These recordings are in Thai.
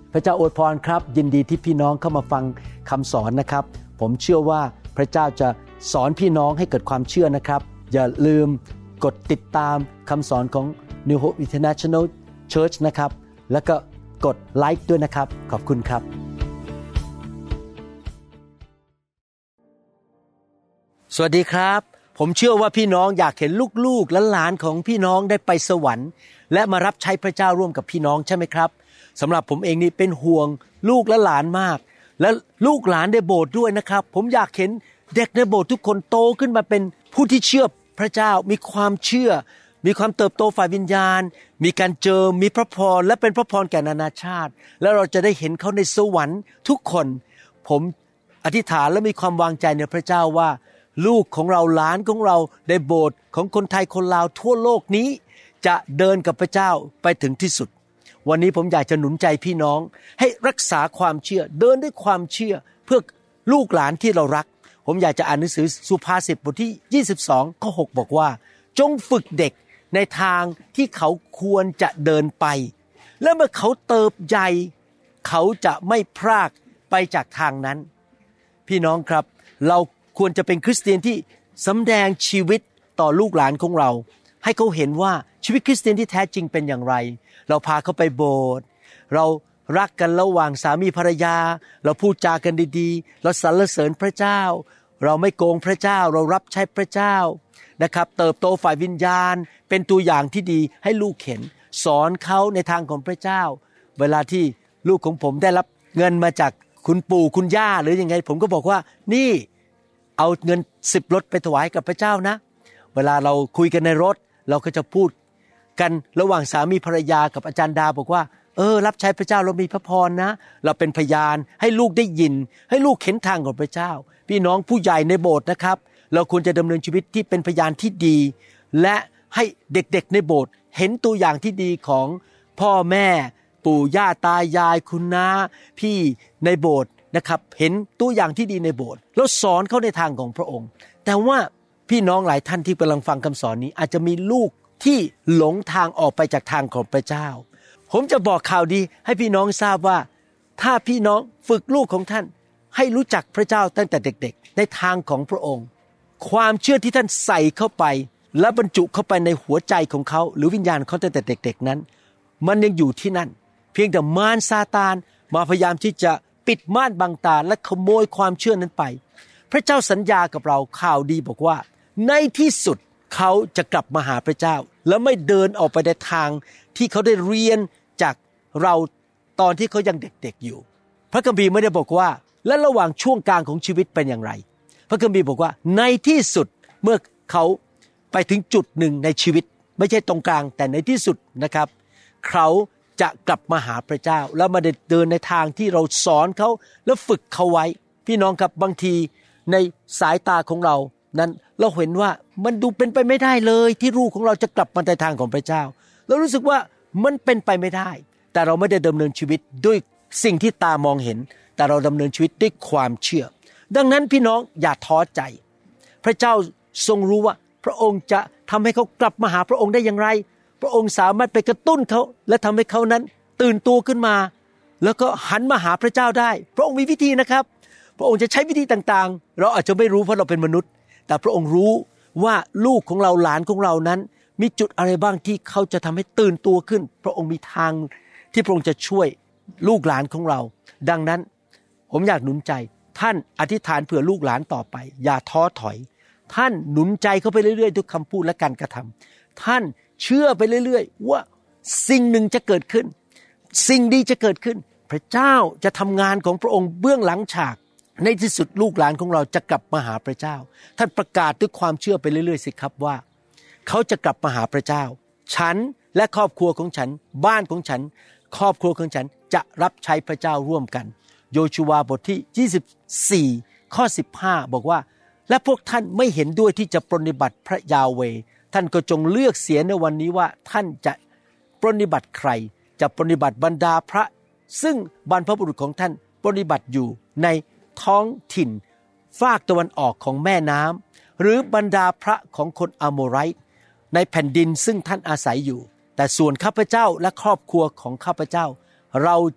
พระเจ้าอวยพรครับยินดีที่พี่น้องเข้ามาฟังคำสอนนะครับผมเชื่อว่าพระเจ้าจะสอนพี่น้องให้เกิดความเชื่อนะครับอย่าลืมกดติดตามคำสอนของ New Hope International Church นะครับแล้วก็กดไลค์ด้วยนะครับขอบคุณครับสวัสดีครับผมเชื่อว่าพี่น้องอยากเห็นลูกๆและหลานของพี่น้องได้ไปสวรรค์และมารับใช้พระเจ้าร่วมกับพี่น้องใช่ไหมครับสำหรับผมเองนี่เป็นห่วงลูกและหลานมากและลูกหลานในโบสถ์ด้วยนะครับผมอยากเห็นเด็กในโบสถ์ทุกคนโตขึ้นมาเป็นผู้ที่เชื่อพระเจ้ามีความเชื่อมีความเติบโตฝ่ายวิญญาณมีการเจิมมีพระพรและเป็นพระพรแก่นานาชาติแล้วเราจะได้เห็นเขาในสวรรค์ทุกคนผมอธิษฐานและมีความวางใจในพระเจ้าว่าลูกของเราหลานของเราในโบสถ์ของคนไทยคนลาวทั่วโลกนี้จะเดินกับพระเจ้าไปถึงที่สุดวันนี้ผมอยากจะหนุนใจพี่น้องให้รักษาความเชื่อเดินด้วยความเชื่อเพื่อลูกหลานที่เรารักผมอยากจะอ่านหนังสือสุภาษิตบทที่22ข้อ6บอกว่าจงฝึกเด็กในทางที่เขาควรจะเดินไปและเมื่อเขาเติบใหญ่เขาจะไม่พรากไปจากทางนั้นพี่น้องครับเราควรจะเป็นคริสเตียนที่สำแดงชีวิตต่อลูกหลานของเราให้เขาเห็นว่าชีวิตคริสเตียนที่แท้จริงเป็นอย่างไรเราพาเขาไปโบสถ์เรารักกันระหว่างสามีภรรยาเราพูดจากันดีๆเราสรรเสริญพระเจ้าเราไม่โกงพระเจ้าเรารับใช้พระเจ้านะครับเติบโตฝ่ายวิญญาณเป็นตัวอย่างที่ดีให้ลูกเห็นสอนเขาในทางของพระเจ้าเวลาที่ลูกของผมได้รับเงินมาจากคุณปู่คุณย่าหรือยังไงผมก็บอกว่านี่เอาเงิน10 รถไปถวายกับพระเจ้านะเวลาเราคุยกันในรถเราก็จะพูดกันระหว่างสามีภรรยากับอาจารย์ดาบอกว่ารับใช้พระเจ้าเรามีพระพรนะเราเป็นพยานให้ลูกได้ยินให้ลูกเห็นทางของพระเจ้าพี่น้องผู้ใหญ่ในโบสถ์นะครับเราควรจะดำเนินชีวิตที่เป็นพยานที่ดีและให้เด็กๆในโบสถ์เห็นตัวอย่างที่ดีของพ่อแม่ปู่ย่าตายายคุณน้าพี่ในโบสถ์นะครับเห็นตัวอย่างที่ดีในโบสถ์แล้วสอนเขาในทางของพระองค์แต่ว่าพี่น้องหลายท่านที่กำลังฟังคำสอนนี้อาจจะมีลูกที่หลงทางออกไปจากทางของพระเจ้าผมจะบอกข่าวดีให้พี่น้องทราบว่าถ้าพี่น้องฝึกลูกของท่านให้รู้จักพระเจ้าตั้งแต่เด็กๆในทางของพระองค์ความเชื่อที่ท่านใส่เข้าไปและบรรจุเข้าไปในหัวใจของเขาหรือวิญญาณเขาตั้งแต่เด็กๆนั้นมันยังอยู่ที่นั่นเพียงแต่มารซาตานมาพยายามที่จะปิดม่านบังตาและขโมยความเชื่อนั้นไปพระเจ้าสัญญากับเราข่าวดีบอกว่าในที่สุดเขาจะกลับมาหาพระเจ้าและไม่เดินออกไปในทางที่เขาได้เรียนจากเราตอนที่เขายังเด็กๆอยู่พระคัมภีร์ไม่ได้บอกว่าและระหว่างช่วงกลางของชีวิตเป็นอย่างไรพระคัมภีร์บอกว่าในที่สุดเมื่อเขาไปถึงจุดหนึ่งในชีวิตไม่ใช่ตรงกลางแต่ในที่สุดนะครับเขาจะกลับมาหาพระเจ้าแล้วมาเดินในทางที่เราสอนเขาแล้วฝึกเขาไว้พี่น้องครับบางทีในสายตาของเรานั้นเราเห็นว่ามันดูเป็นไปไม่ได้เลยที่ลูกของเราจะกลับมาในทางของพระเจ้าเรารู้สึกว่ามันเป็นไปไม่ได้แต่เราไม่ได้ดำเนินชีวิตด้วยสิ่งที่ตามองเห็นแต่เราดำเนินชีวิตด้วยความเชื่อดังนั้นพี่น้องอย่าท้อใจพระเจ้าทรงรู้ว่าพระองค์จะทำให้เขากลับมาหาพระองค์ได้อย่างไรพระองค์สามารถไปกระตุ้นเขาและทำให้เขานั้นตื่นตัวขึ้นมาแล้วก็หันมาหาพระเจ้าได้พระองค์มีวิธีนะครับพระองค์จะใช้วิธีต่างๆเราอาจจะไม่รู้เพราะเราเป็นมนุษย์แต่พระองค์รู้ว่าลูกของเราหลานของเรานั้นมีจุดอะไรบ้างที่เขาจะทำให้ตื่นตัวขึ้นพระองค์มีทางที่พระองค์จะช่วยลูกหลานของเราดังนั้นผมอยากหนุนใจท่านอธิษฐานเผื่อลูกหลานต่อไปอย่าท้อถอยท่านหนุนใจเขาไปเรื่อยๆด้วยคำพูดและการกระทำท่านเชื่อไปเรื่อยๆว่าสิ่งหนึ่งจะเกิดขึ้นสิ่งดีจะเกิดขึ้นพระเจ้าจะทำงานของพระองค์เบื้องหลังฉากในที่สุดลูกหลานของเราจะกลับมาหาพระเจ้าท่านประกาศด้วยความเชื่อไปเรื่อยๆสิครับว่าเขาจะกลับมาหาพระเจ้าฉันและครอบครัวของฉันบ้านของฉันครอบครัวของฉันจะรับใช้พระเจ้าร่วมกันโยชูวาบทที่24ข้อ15บอกว่าและพวกท่านไม่เห็นด้วยที่จะปรนนิบัติพระยาเวห์ท่านก็จงเลือกเสียในวันนี้ว่าท่านจะปรนนิบัติใครจะปรนนิบัติบรรดาพระซึ่งบรรพบุรุษของท่านปรนนิบัติอยู่ในท้องถิ่นฝากตะวันออกของแม่น้ำหรือบรรดาพระของคนอาโมไรต์ในแผ่นดินซึ่งท่านอาศัยอยู่แต่ส่วนข้าพเจ้าและครอบครัวของข้าพเจ้าเราจะ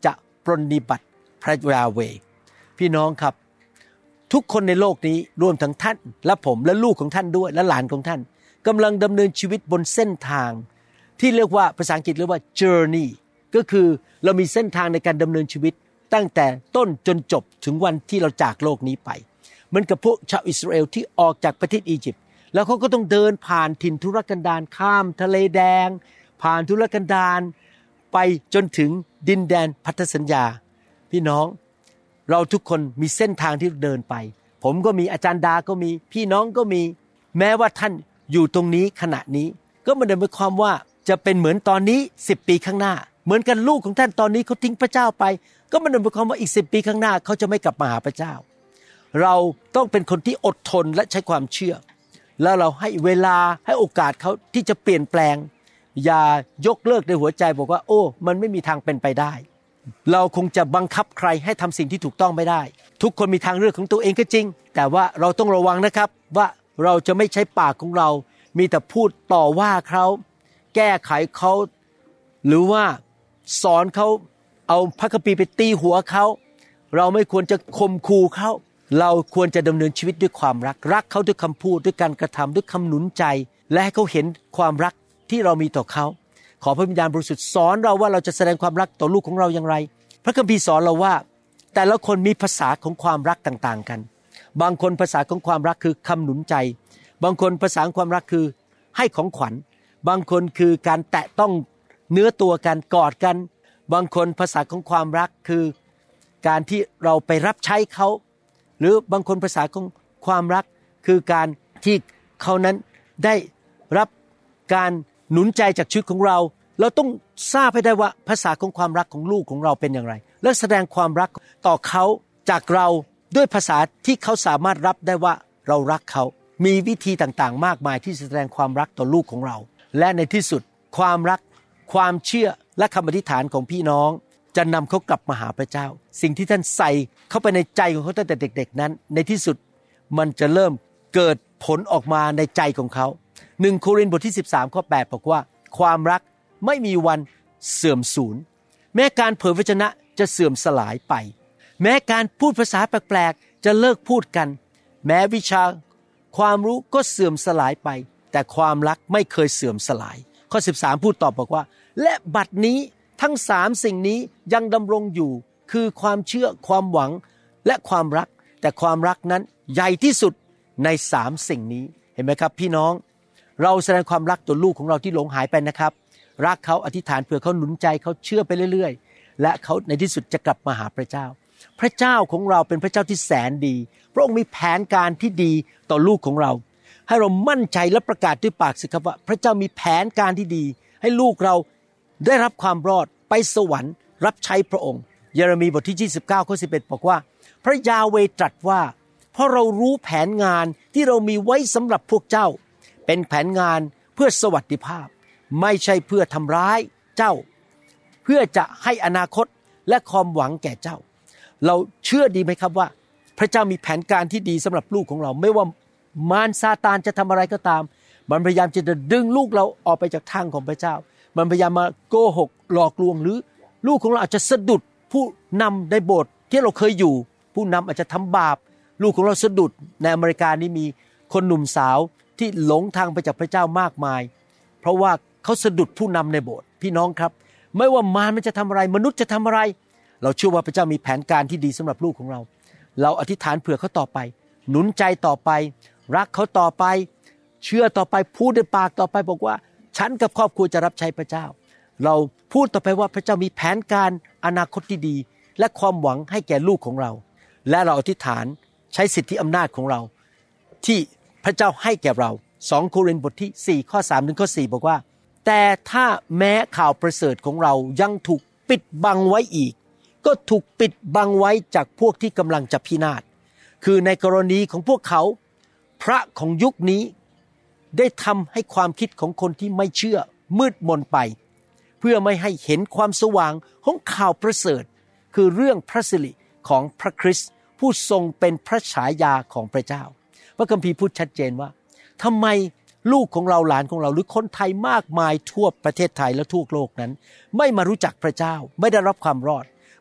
ปรนนิบัติพระยาเวห์พี่น้องครับทุกคนในโลกนี้รวมทั้งท่านและผมและลูกของท่านด้วยและหลานของท่านกำลังดำเนินชีวิตบนเส้นทางที่เรียกว่าภาษาอังกฤษเรียกว่า journey ก็คือเรามีเส้นทางในการดำเนินชีวิตตั้งแต่ต้นจนจบถึงวันที่เราจากโลกนี้ไปเหมือนกับพวกชาวอิสราเอลที่ออกจากประเทศอียิปต์แล้วเขาก็ต้องเดินผ่านถิ่นทุรกันดารข้ามทะเลแดงผ่านทุรกันดารไปจนถึงดินแดนพันธสัญญาพี่น้องเราทุกคนมีเส้นทางที่เดินไปผมก็มีอาจารย์ดาก็มีพี่น้องก็มีแม้ว่าท่านอยู่ตรงนี้ขณะนี้ก็ไม่ได้หมายความว่าจะเป็นเหมือนตอนนี้10ปีข้างหน้าเหมือนกันลูกของท่านตอนนี้เขาทิ้งพระเจ้าไปก็ไม่ได้หมายความว่าอีก10ปีข้างหน้าเขาจะไม่กลับมาหาพระเจ้าเราต้องเป็นคนที่อดทนและใช้ความเชื่อแล้วเราให้เวลาให้โอกาสเขาที่จะเปลี่ยนแปลงอย่ายกเลิกในหัวใจบอกว่าโอ้มันไม่มีทางเป็นไปได้เราคงจะบังคับใครให้ทำสิ่งที่ถูกต้องไม่ได้ทุกคนมีทางเลือกของตัวเองก็จริงแต่ว่าเราต้องระวังนะครับว่าเราจะไม่ใช้ปากของเรามีแต่พูดต่อว่าเขาแก้ไขเขาหรือว่าสอนเขาเอาพระคัมภีร์ไปตีหัวเขาเราไม่ควรจะข่มขู่เขาเราควรจะดำเนินชีวิตด้วยความรักเขาด้วยคำพูดด้วยการกระทำด้วยคำหนุนใจและให้เขาเห็นความรักที่เรามีต่อเขาขอพระวิญญาณบริสุทธิ์สอนเราว่าเราจะแสดงความรักต่อลูกของเราอย่างไรพระคัมภีร์สอนเราว่าแต่ละคนมีภาษาของความรักต่างๆกันบางคนภาษาของความรักคือคำหนุนใจบางคนภาษาของความรักคือให้ของขวัญบางคนคือการแตะต้องเนื้อตัวกันกอดกันบางคนภาษาของความรักคือการที่เราไปรับใช้เขาหรือบางคนภาษาของความรักคือการที่เขานั้นได้รับการหนุนใจจากชีวิตของเราเราต้องทราบให้ได้ว่าภาษาของความรักของลูกของเราเป็นอย่างไรและแสดงความรักต่อเขาจากเราด้วยภาษาที่เขาสามารถรับได้ว่าเรารักเขามีวิธีต่างๆมากมายที่แสดงความรักต่อลูกของเราและในที่สุดความรักความเชื่อและคำอธิษฐานของพี่น้องจะนำเขากลับมาหาพระเจ้าสิ่งที่ท่านใส่เข้าไปในใจของเขาตั้งแต่เด็กๆนั้นในที่สุดมันจะเริ่มเกิดผลออกมาในใจของเขา1โครินธ์บทที่13ข้อ8บอกว่าความรักไม่มีวันเสื่อมสูญแม้การเผยวจนะจะเสื่อมสลายไปแม้การพูดภาษาแปลกๆจะเลิกพูดกันแม้วิชาความรู้ก็เสื่อมสลายไปแต่ความรักไม่เคยเสื่อมสลายข้อ13พูดตอบบอกว่าและบัดนี้ทั้ง3สิ่งนี้ยังดำรงอยู่คือความเชื่อความหวังและความรักแต่ความรักนั้นใหญ่ที่สุดใน3สิ่งนี้เห็นไหมครับพี่น้องเราแสดงความรักต่อลูกของเราที่หลงหายไปนะครับรักเขาอธิษฐานเผื่อเขาหนุนใจเขาเชื่อไปเรื่อยๆและเขาในที่สุดจะกลับมาหาพระเจ้าพระเจ้าของเราเป็นพระเจ้าที่แสนดีพระองค์มีแผนการที่ดีต่อลูกของเราให้เรามั่นใจและประกาศด้วยปากสิครับว่าพระเจ้ามีแผนการที่ดีให้ลูกเราได้รับความรอดไปสวรรค์รับใช้พระองค์เยเรมีบทที่29ข้อ11บอกว่าพระยาเวห์ตรัสว่าเพราะเรารู้แผนงานที่เรามีไว้สำหรับพวกเจ้าเป็นแผนงานเพื่อสวัสดิภาพไม่ใช่เพื่อทำร้ายเจ้าเพื่อจะให้อนาคตและความหวังแก่เจ้าเราเชื่อดีไหมครับว่าพระเจ้ามีแผนการที่ดีสำหรับลูกของเราไม่ว่ามารซาตานจะทำอะไรก็ตามมันพยายามจะดึงลูกเราออกไปจากทางของพระเจ้ามันพยายามมาโกหกหลอกลวงหรือลูกของเราอาจจะสะดุดผู้นำในโบสถ์ที่เราเคยอยู่ผู้นำอาจจะทำบาปลูกของเราสะดุดในอเมริกานี่มีคนหนุ่มสาวที่หลงทางไปจากพระเจ้ามากมายเพราะว่าเขาสะดุดผู้นำในโบสถ์พี่น้องครับไม่ว่ามารมันจะทำอะไรมนุษย์จะทำอะไรเราเชื่อว่าพระเจ้ามีแผนการที่ดีสำหรับลูกของเราเราอธิษฐานเผื่อเขาต่อไปหนุนใจต่อไปรักเขาต่อไปเชื่อต่อไปพูดด้วยปากต่อไปบอกว่าฉันกับครอบครัวจะรับใช้พระเจ้าเราพูดต่อไปว่าพระเจ้ามีแผนการอนาคตที่ดีและความหวังให้แก่ลูกของเราและเราอธิษฐานใช้สิทธิอำนาจของเราที่พระเจ้าให้แก่เรา2โครินธ์บทที่4ข้อ3ถึงข้อ4บอกว่าแต่ถ้าแม้ข่าวประเสริฐของเรายังถูกปิดบังไว้อีกก็ถูกปิดบังไว้จากพวกที่กำลังจะพินาศคือในกรณีของพวกเขาพระของยุคนี้ได้ทำให้ความคิดของคนที่ไม่เชื่อมืดมนไปเพื่อไม่ให้เห็นความสว่างของข่าวประเสริฐคือเรื่องพระสิริของพระคริสต์ผู้ทรงเป็นพระฉายาของพระเจ้าพระคัมภีร์พูดชัดเจนว่าทำไมลูกของเราหลานของเราหรือคนไทยมากมายทั่วประเทศไทยและทั่วโลกนั้นไม่มารู้จักพระเจ้าไม่ได้รับความรอด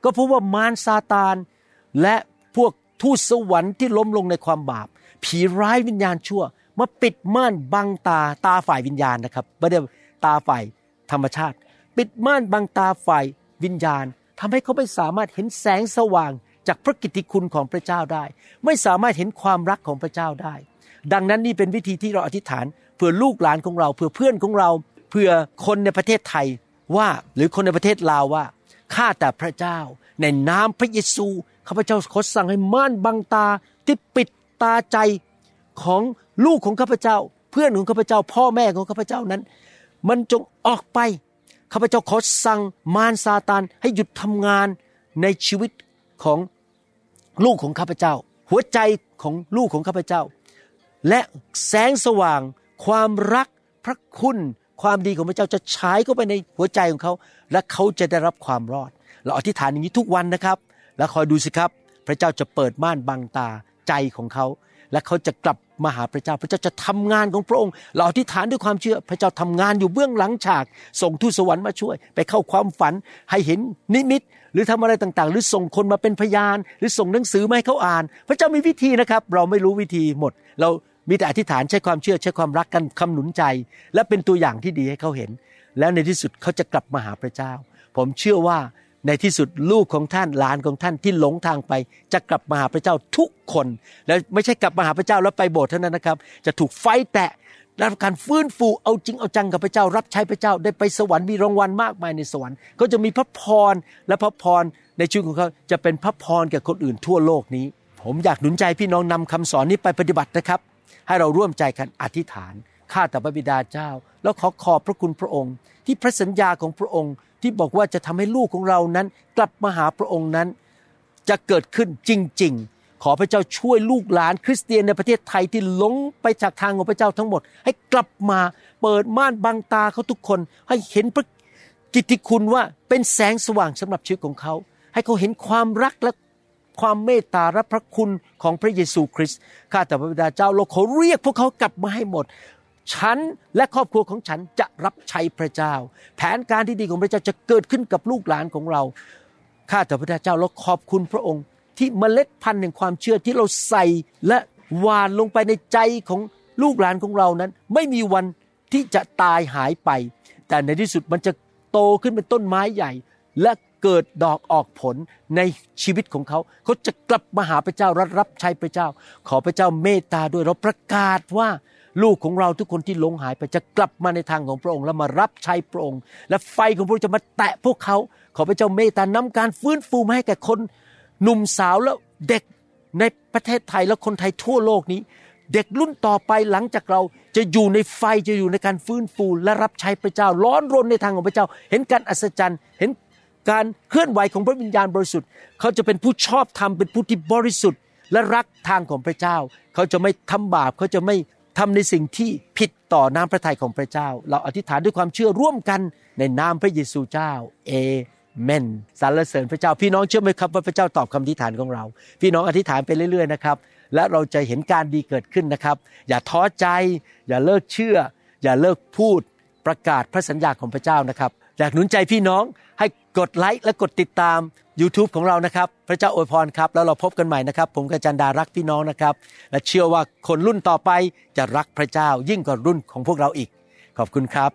ก็เพราะว่ามารซาตานและพวกทูตสวรรค์ที่ล้มลงในความบาปผีร้ายวิญญาณชั่วมาปิดม่านบังตาฝ่ายวิญญาณนะครับไม่ได้ตาฝ่ายธรรมชาติปิดม่านบังตาฝ่ายวิญญาณทำให้เขาไม่สามารถเห็นแสงสว่างจากพระกิตติคุณของพระเจ้าได้ไม่สามารถเห็นความรักของพระเจ้าได้ดังนั้นนี่เป็นวิธีที่เราอธิษฐานเพื่อลูกหลานของเราเพื่อเพื่อนของเราเพื่อคนในประเทศไทยว่าหรือคนในประเทศลาวว่าข้าแต่พระเจ้าในนามพระเยซูข้าพเจ้าขอสั่งให้ม่านบังตาที่ปิดตาใจของลูกของข้าพเจ้าเพื่อนของข้าพเจ้าพ่อแม่ของข้าพเจ้านั้นมันจงออกไปข้าพเจ้าขอสั่งมารซาตานให้หยุดทำงานในชีวิตของลูกของข้าพเจ้าหัวใจของลูกของข้าพเจ้าและแสงสว่างความรักพระคุณความดีของพระเจ้าจะฉายเข้าไปในหัวใจของเขาและเขาจะได้รับความรอดเราอธิษฐานอย่างนี้ทุกวันนะครับแล้วคอยดูสิครับพระเจ้าจะเปิดม่านบังตาใจของเขาและเขาจะกลับมาหาพระเจ้าพระเจ้าจะทำงานของพระองค์เราอธิษฐานด้วยความเชื่อพระเจ้าทำงานอยู่เบื้องหลังฉากส่งทูตสวรรค์มาช่วยไปเข้าความฝันให้เห็นนิมิตหรือทำอะไรต่างๆหรือส่งคนมาเป็นพยานหรือส่งหนังสือมาให้เขาอ่านพระเจ้ามีวิธีนะครับเราไม่รู้วิธีหมดเรามีแต่อธิษฐานใช้ความเชื่อใช้ความรักกันคำหนุนใจและเป็นตัวอย่างที่ดีให้เขาเห็นแล้วในที่สุดเขาจะกลับมาหาพระเจ้าผมเชื่อว่าในที่สุดลูกของท่านหลานของท่านที่หลงทางไปจะกลับมาหาพระเจ้าทุกคนและไม่ใช่กลับมาหาพระเจ้าแล้วไปโบสถ์เท่านั้นนะครับจะถูกไฟแตะได้รับการฟื้นฟูเอาจริงเอาจังกับพระเจ้ารับใช้พระเจ้าได้ไปสวรรค์มีรางวัลมากมายในสวรรค์ก็จะมีพระพรและพระพรในชีวิตของเขาจะเป็นพระพรแก่คนอื่นทั่วโลกนี้ผมอยากหนุนใจพี่น้องนำคำสอนนี้ไปปฏิบัตินะครับให้เราร่วมใจกันอธิษฐานข้าแต่พระบิดาเจ้าแล้วขอบพระคุณพระองค์ที่พระสัญญาของพระองค์ที่บอกว่าจะทำให้ลูกของเรานั้นกลับมาหาพระองค์นั้นจะเกิดขึ้นจริงๆขอพระเจ้าช่วยลูกหลานคริสเตียนในประเทศไทยที่หลงไปจากทางของพระเจ้าทั้งหมดให้กลับมาเปิดม่านบังตาเขาทุกคนให้เห็นพระกิตติคุณว่าเป็นแสงสว่างสำหรับชีวิตของเขาให้เขาเห็นความรักและความเมตตาและพระคุณของพระเยซูคริสต์ข้าแต่พระบิดาเจ้าเราขอเรียกพวกเขากลับมาให้หมดฉันและครอบครัวของฉันจะรับใช้พระเจ้าแผนการที่ดีของพระเจ้าจะเกิดขึ้นกับลูกหลานของเราข้าแต่พระเจ้าเราขอบคุณพระองค์ที่เมล็ดพันธุ์แห่งความเชื่อที่เราใส่และหว่านลงไปในใจของลูกหลานของเรานั้นไม่มีวันที่จะตายหายไปแต่ในที่สุดมันจะโตขึ้นเป็นต้นไม้ใหญ่และเกิดดอกออกผลในชีวิตของเขาเขาจะกลับมาหาพระเจ้ารับใช้พระเจ้าขอพระเจ้าเมตตาด้วยเราประกาศว่าลูกของเราทุกคนที่หลงหายไปจะกลับมาในทางของพระองค์และมารับใช้พระองค์และไฟของพระองค์จะมาแตะพวกเขาขอพระเจ้าเมตตานำการฟื้นฟูมาให้แก่คนหนุ่มสาวและเด็กในประเทศไทยและคนไทยทั่วโลกนี้เด็กรุ่นต่อไปหลังจากเราจะอยู่ในไฟจะอยู่ในการฟื้นฟูและรับใช้พระเจ้าร้อนรนในทางของพระเจ้าเห็นการอัศจรรย์เห็นการเคลื่อนไหวของพระวิญญาณบริสุทธิ์เขาจะเป็นผู้ชอบธรรมเป็นผู้ที่บริสุทธิ์และรักทางของพระเจ้าเขาจะไม่ทำบาปเขาจะไม่ทำในสิ่งที่ผิดต่อน้ำพระทัยของพระเจ้าเราอธิษฐานด้วยความเชื่อร่วมกันในนามพระเยซูเจ้าเอเมนสรรเสริญพระเจ้าพี่น้องเชื่อไหมครับว่าพระเจ้าตอบคำอธิษฐานของเราพี่น้องอธิษฐานไปเรื่อยๆนะครับและเราจะเห็นการดีเกิดขึ้นนะครับอย่าท้อใจอย่าเลิกเชื่ออย่าเลิกพูดประกาศพระสัญญาของพระเจ้านะครับอยากหนุนใจพี่น้องให้กดไลค์และกดติดตาม YouTube ของเรานะครับพระเจ้าอวยพรครับแล้วเราพบกันใหม่นะครับผมกับจันดารักพี่น้องนะครับและเชื่อว่าคนรุ่นต่อไปจะรักพระเจ้ายิ่งกว่ารุ่นของพวกเราอีกขอบคุณครับ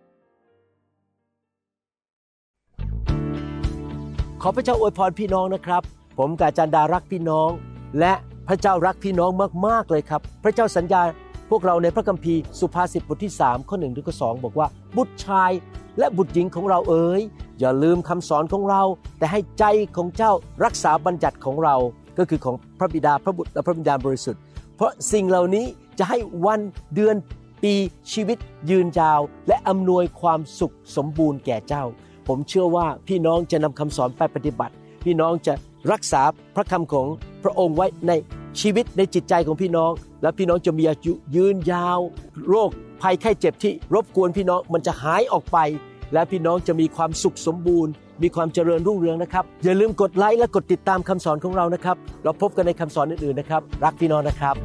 ขอพระเจ้าอวยพรพี่น้องนะครับผมกับจันดารักพี่น้องและพระเจ้ารักพี่น้องมากๆเลยครับพระเจ้าสัญญาพวกเราในพระคัมภีร์สุภาษิตบทที่3ข้อ1ถึงข้อ2บอกว่าบุตรชายและบุตรหญิงของเราเอ๋ยอย่าลืมคำสอนของเราแต่ให้ใจของเจ้ารักษาบัญญัติของเราก็คือของพระบิดาพระบุตรและพระวิญญาณบริสุทธิ์เพราะสิ่งเหล่านี้จะให้วันเดือนปีชีวิตยืนยาวและอำนวยความสุขสมบูรณ์แก่เจ้าผมเชื่อว่าพี่น้องจะนำคำสอนไปปฏิบัติพี่น้องจะรักษาพระคำของพระองค์ไว้ในชีวิตในจิตใจของพี่น้องและพี่น้องจะมีอายุยืนยาวโรคภัยไข้เจ็บที่รบกวนพี่น้องมันจะหายออกไปและพี่น้องจะมีความสุขสมบูรณ์มีความเจริญรุ่งเรืองนะครับอย่าลืมกดไลค์และกดติดตามคำสอนของเรานะครับเราพบกันในคำสอนอื่นๆนะครับรักพี่น้องนะครับ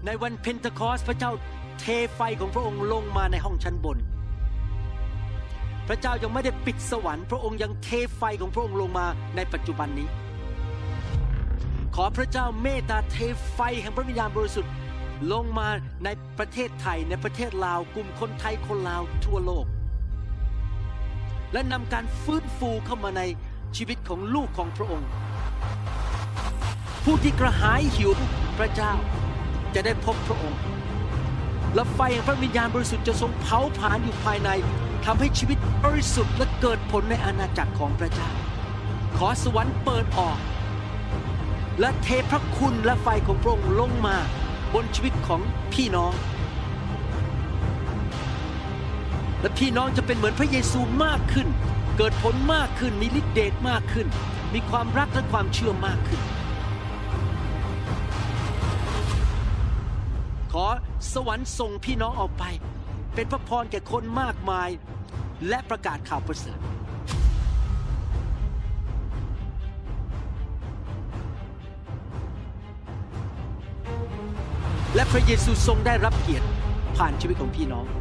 ในวันเพนเทคอสพระเจ้าเทไฟของพระองค์ลงมาในห้องชั้นบนพระเจ้ายังไม่ได้ปิดสวรรค์พระองค์ยังเทไฟของพระองค์ลงมาในปัจจุบันนี้ขอพระเจ้าเมตตาเทไฟแห่งพระวิญญาณบริสุทธิ์ลงมาในประเทศไทยในประเทศลาวกลุ่มคนไทยคนลาวทั่วโลกและนำการฟื้นฟูเข้ามาในชีวิตของลูกของพระองค์ผู้ที่กระหายหิวพระเจ้าจะได้พบพระองค์และไฟแห่งพระวิญญาณบริสุทธิ์จะทรงเผาผลาญอยู่ภายในทำให้ชีวิตบริสุทธิ์และเกิดผลในอาณาจักรของพระเจ้าขอสวรรค์เปิดออกและเทพระคุณและไฟของพระองค์ลงมาบนชีวิตของพี่น้องและพี่น้องจะเป็นเหมือนพระเยซูมากขึ้นเกิดผลมากขึ้นมีฤทธิ์เดชมากขึ้นมีความรักและความเชื่อมากขึ้นขอสวรรค์ส่งพี่น้องออกไปเป็นพระพรแก่คนมากมายและประกาศข่าวประเสริฐและพระเยซูทรงได้รับเกียรติผ่านชีวิตของพี่น้อง